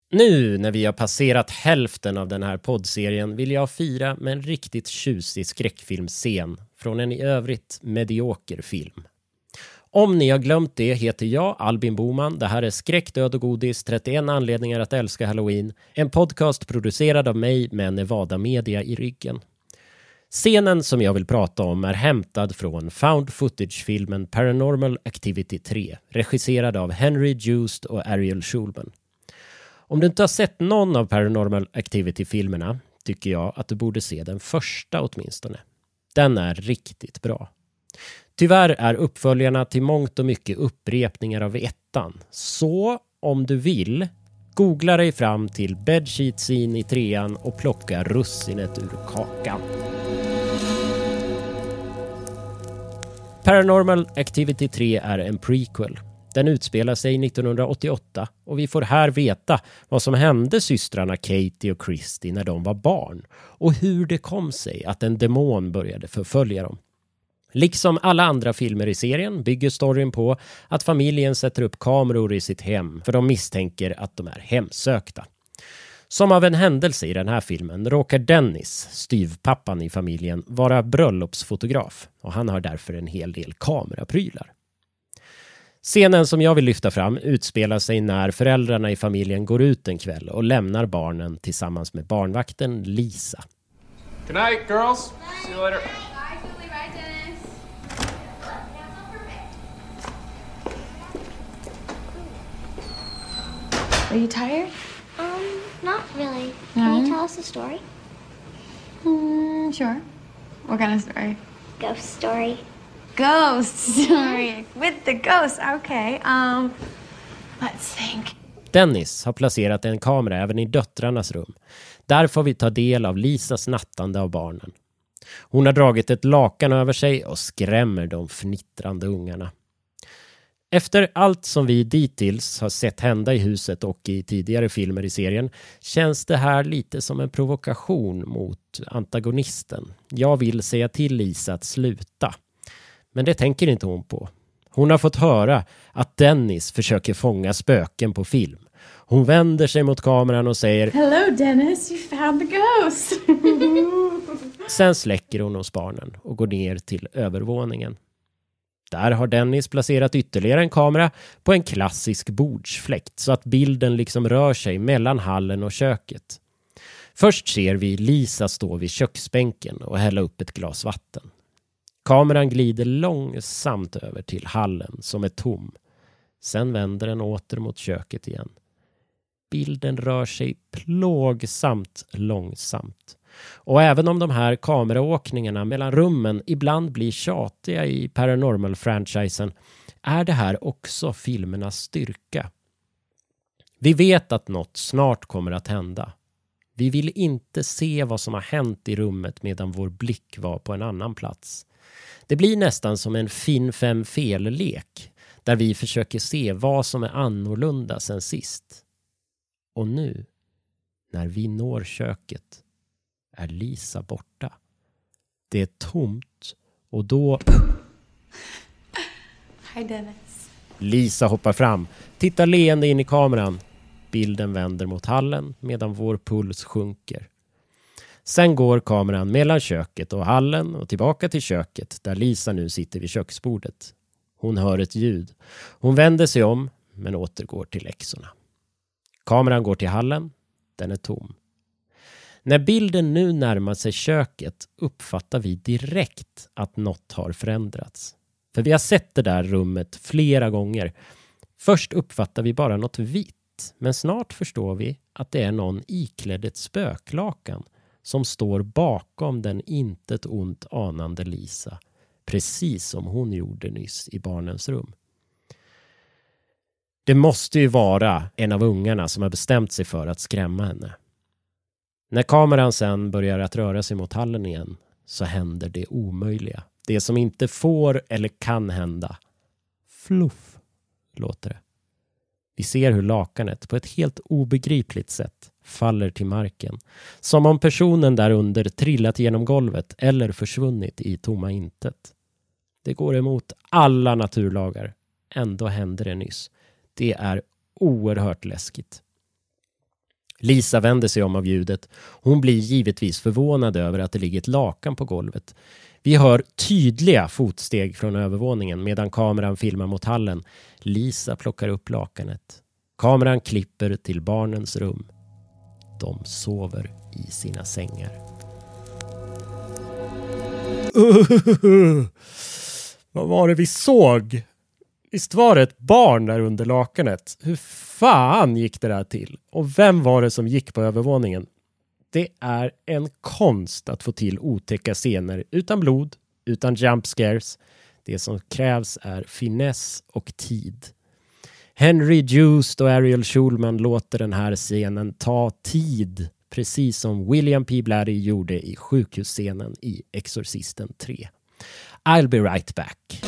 Nu när vi har passerat hälften av den här poddserien vill jag fira med en riktigt tjusig skräckfilmscen från en i övrigt medioker film. Om ni har glömt det heter jag Albin Boman. Det här är Skräck, död och godis, 31 anledningar att älska Halloween. En podcast producerad av mig med Nevada Media i ryggen. Scenen som jag vill prata om är hämtad från found footage-filmen Paranormal Activity 3, regisserad av Henry Joost och Ariel Schulman. Om du inte har sett någon av Paranormal Activity-filmerna tycker jag att du borde se den första åtminstone. Den är riktigt bra. Tyvärr är uppföljarna till mångt och mycket upprepningar av ettan. Så om du vill, googla dig fram till bedsheet scene i trean och plocka russinet ur kakan. Paranormal Activity 3 är en prequel. Den utspelar sig 1988 och vi får här veta vad som hände systrarna Katie och Christy när de var barn och hur det kom sig att en demon började förfölja dem. Liksom alla andra filmer i serien bygger storyn på att familjen sätter upp kameror i sitt hem för de misstänker att de är hemsökta. Som av en händelse i den här filmen råkar Dennis, styvpappan i familjen, vara bröllopsfotograf och han har därför en hel del kameraprylar. Scenen som jag vill lyfta fram utspelar sig när föräldrarna i familjen går ut en kväll och lämnar barnen tillsammans med barnvakten Lisa. Good night, girls. See you later. Are you tired? Not really. Can you tell us a story? Sure. What kind of story? Ghost story. Ghost story. With the ghost. Okay. Let's think. Dennis har placerat en kamera även i döttrarnas rum. Där får vi ta del av Lisas nattande av barnen. Hon har dragit ett lakan över sig och skrämmer de fnittrande ungarna. Efter allt som vi dittills har sett hända i huset och i tidigare filmer i serien känns det här lite som en provokation mot antagonisten. Jag vill säga till Lisa att sluta. Men det tänker inte hon på. Hon har fått höra att Dennis försöker fånga spöken på film. Hon vänder sig mot kameran och säger Hello Dennis, you found the ghost. Sen släcker hon hos barnen och går ner till övervåningen. Där har Dennis placerat ytterligare en kamera på en klassisk bordsfläkt så att bilden liksom rör sig mellan hallen och köket. Först ser vi Lisa stå vid köksbänken och hälla upp ett glas vatten. Kameran glider långsamt över till hallen som är tom. Sen vänder den åter mot köket igen. Bilden rör sig plågsamt långsamt. Och även om de här kameraåkningarna mellan rummen ibland blir tjatiga i Paranormal-franchisen är det här också filmernas styrka. Vi vet att något snart kommer att hända. Vi vill inte se vad som har hänt i rummet medan vår blick var på en annan plats. Det blir nästan som en fin fem fel-lek där vi försöker se vad som är annorlunda sen sist. Och nu, när vi når köket, är Lisa borta. Det är tomt och då... Hi Dennis. Lisa hoppar fram, tittar leende in i kameran. Bilden vänder mot hallen medan vår puls sjunker. Sen går kameran mellan köket och hallen och tillbaka till köket där Lisa nu sitter vid köksbordet. Hon hör ett ljud. Hon vänder sig om men återgår till läxorna. Kameran går till hallen. Den är tom. När bilden nu närmar sig köket uppfattar vi direkt att något har förändrats. För vi har sett det där rummet flera gånger. Först uppfattar vi bara något vitt, men snart förstår vi att det är någon iklädd ett spöklakan som står bakom den intet ont anande Lisa, precis som hon gjorde nyss i barnens rum. Det måste ju vara en av ungarna som har bestämt sig för att skrämma henne. När kameran sen börjar att röra sig mot hallen igen så händer det omöjliga. Det som inte får eller kan hända. Fluff, låter det. Vi ser hur lakanet på ett helt obegripligt sätt faller till marken. Som om personen där under trillat genom golvet eller försvunnit i tomma intet. Det går emot alla naturlagar. Ändå händer det nyss. Det är oerhört läskigt. Lisa vänder sig om av ljudet. Hon blir givetvis förvånad över att det ligger ett lakan på golvet. Vi hör tydliga fotsteg från övervåningen medan kameran filmar mot hallen. Lisa plockar upp lakanet. Kameran klipper till barnens rum. De sover i sina sängar. Vad var det vi såg? Visst var det ett barn där under lakanet? Hur fan gick det där till? Och vem var det som gick på övervåningen? Det är en konst att få till otäcka scener utan blod, utan jump scares. Det som krävs är finess och tid. Henry Joost och Ariel Schulman låter den här scenen ta tid, precis som William P. Blatty gjorde i sjukhusscenen i Exorcisten 3. I'll be right back.